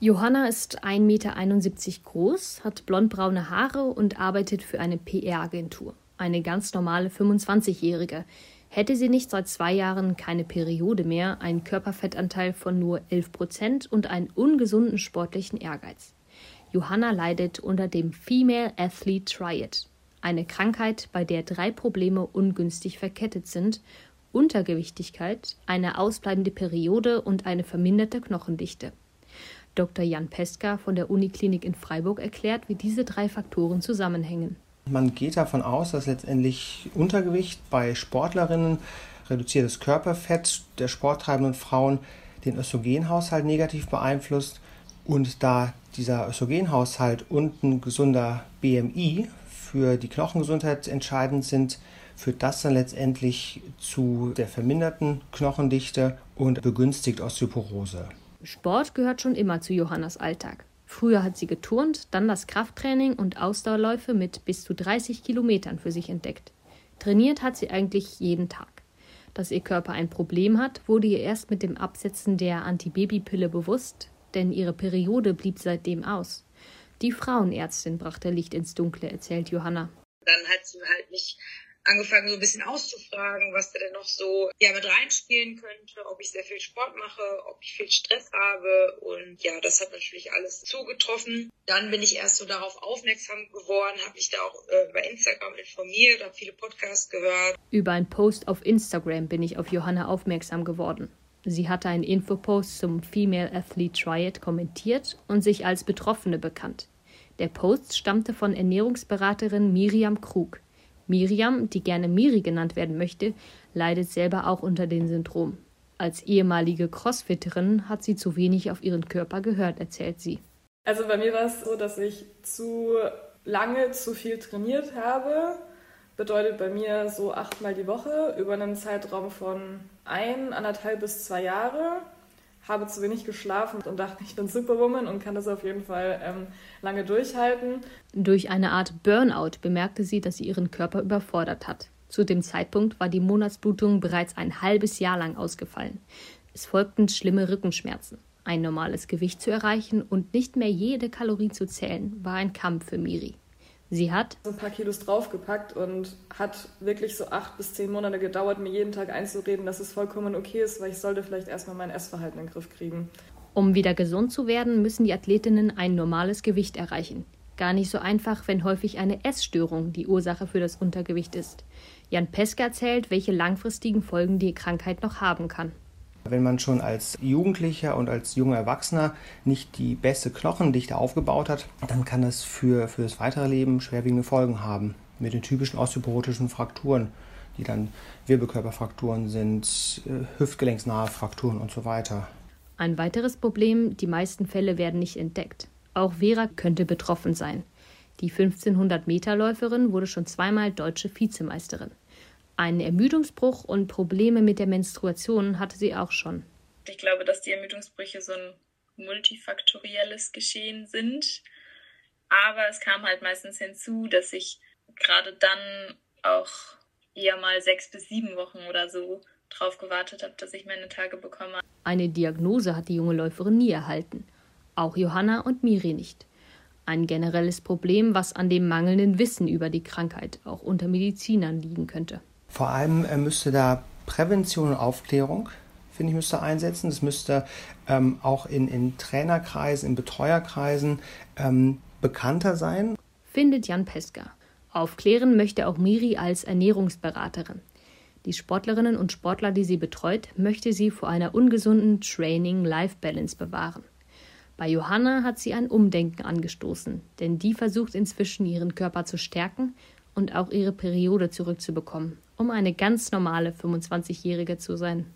Johanna ist 1,71 Meter groß, hat blondbraune Haare und arbeitet für eine PR-Agentur. Eine ganz normale 25-Jährige. Hätte sie nicht seit 2 Jahren keine Periode mehr, einen Körperfettanteil von nur 11% und einen ungesunden sportlichen Ehrgeiz. Johanna leidet unter dem Female Athlete Triad, eine Krankheit, bei der 3 Probleme ungünstig verkettet sind: Untergewichtigkeit, eine ausbleibende Periode und eine verminderte Knochendichte. Dr. Jan Peska von der Uniklinik in Freiburg erklärt, wie diese 3 Faktoren zusammenhängen. Man geht davon aus, dass letztendlich Untergewicht bei Sportlerinnen, reduziertes Körperfett der sporttreibenden Frauen den Östrogenhaushalt negativ beeinflusst. Und da dieser Östrogenhaushalt und ein gesunder BMI für die Knochengesundheit entscheidend sind, führt das dann letztendlich zu der verminderten Knochendichte und begünstigt Osteoporose. Sport gehört schon immer zu Johannas Alltag. Früher hat sie geturnt, dann das Krafttraining und Ausdauerläufe mit bis zu 30 Kilometern für sich entdeckt. Trainiert hat sie eigentlich jeden Tag. Dass ihr Körper ein Problem hat, wurde ihr erst mit dem Absetzen der Antibabypille bewusst, denn ihre Periode blieb seitdem aus. Die Frauenärztin brachte Licht ins Dunkle, erzählt Johanna. Dann hat sie halt mich angefangen, so ein bisschen auszufragen, was da denn noch so mit reinspielen könnte, ob ich sehr viel Sport mache, ob ich viel Stress habe, und das hat natürlich alles zugetroffen. Dann bin ich erst so darauf aufmerksam geworden, habe mich da auch über Instagram informiert, habe viele Podcasts gehört. Über einen Post auf Instagram bin ich auf Johanna aufmerksam geworden. Sie hatte einen Infopost zum Female Athlete Triad kommentiert und sich als Betroffene bekannt. Der Post stammte von Ernährungsberaterin Miriam Krug. Miriam, die gerne Miri genannt werden möchte, leidet selber auch unter dem Syndrom. Als ehemalige Crossfitterin hat sie zu wenig auf ihren Körper gehört, erzählt sie. Also bei mir war es so, dass ich zu lange zu viel trainiert habe. Bedeutet bei mir so 8-mal die Woche über einen Zeitraum von 1,5 bis 2 Jahre. Habe zu wenig geschlafen und dachte, ich bin Superwoman und kann das auf jeden Fall lange durchhalten. Durch eine Art Burnout bemerkte sie, dass sie ihren Körper überfordert hat. Zu dem Zeitpunkt war die Monatsblutung bereits ein halbes Jahr lang ausgefallen. Es folgten schlimme Rückenschmerzen. Ein normales Gewicht zu erreichen und nicht mehr jede Kalorie zu zählen, war ein Kampf für Miri. Sie hat so ein paar Kilos draufgepackt und hat wirklich so 8 bis 10 Monate gedauert, mir jeden Tag einzureden, dass es vollkommen okay ist, weil ich sollte vielleicht erstmal mein Essverhalten in den Griff kriegen. Um wieder gesund zu werden, müssen die Athletinnen ein normales Gewicht erreichen. Gar nicht so einfach, wenn häufig eine Essstörung die Ursache für das Untergewicht ist. Jan Peska erzählt, welche langfristigen Folgen die Krankheit noch haben kann. Wenn man schon als Jugendlicher und als junger Erwachsener nicht die beste Knochendichte aufgebaut hat, dann kann das für das weitere Leben schwerwiegende Folgen haben. Mit den typischen osteoporotischen Frakturen, die dann Wirbelkörperfrakturen sind, hüftgelenksnahe Frakturen und so weiter. Ein weiteres Problem: die meisten Fälle werden nicht entdeckt. Auch Vera könnte betroffen sein. Die 1500-Meter-Läuferin wurde schon 2-mal deutsche Vizemeisterin. Einen Ermüdungsbruch und Probleme mit der Menstruation hatte sie auch schon. Ich glaube, dass die Ermüdungsbrüche so ein multifaktorielles Geschehen sind. Aber es kam halt meistens hinzu, dass ich gerade dann auch eher mal 6 bis 7 Wochen oder so drauf gewartet habe, dass ich meine Tage bekomme. Eine Diagnose hat die junge Läuferin nie erhalten. Auch Johanna und Miri nicht. Ein generelles Problem, was an dem mangelnden Wissen über die Krankheit auch unter Medizinern liegen könnte. Vor allem müsste da Prävention und Aufklärung, müsste einsetzen. Das müsste auch in Trainerkreisen, in Betreuerkreisen bekannter sein. Findet Jan Peska. Aufklären möchte auch Miri als Ernährungsberaterin. Die Sportlerinnen und Sportler, die sie betreut, möchte sie vor einer ungesunden Training-Life-Balance bewahren. Bei Johanna hat sie ein Umdenken angestoßen, denn die versucht inzwischen, ihren Körper zu stärken und auch ihre Periode zurückzubekommen, um eine ganz normale 25-Jährige zu sein.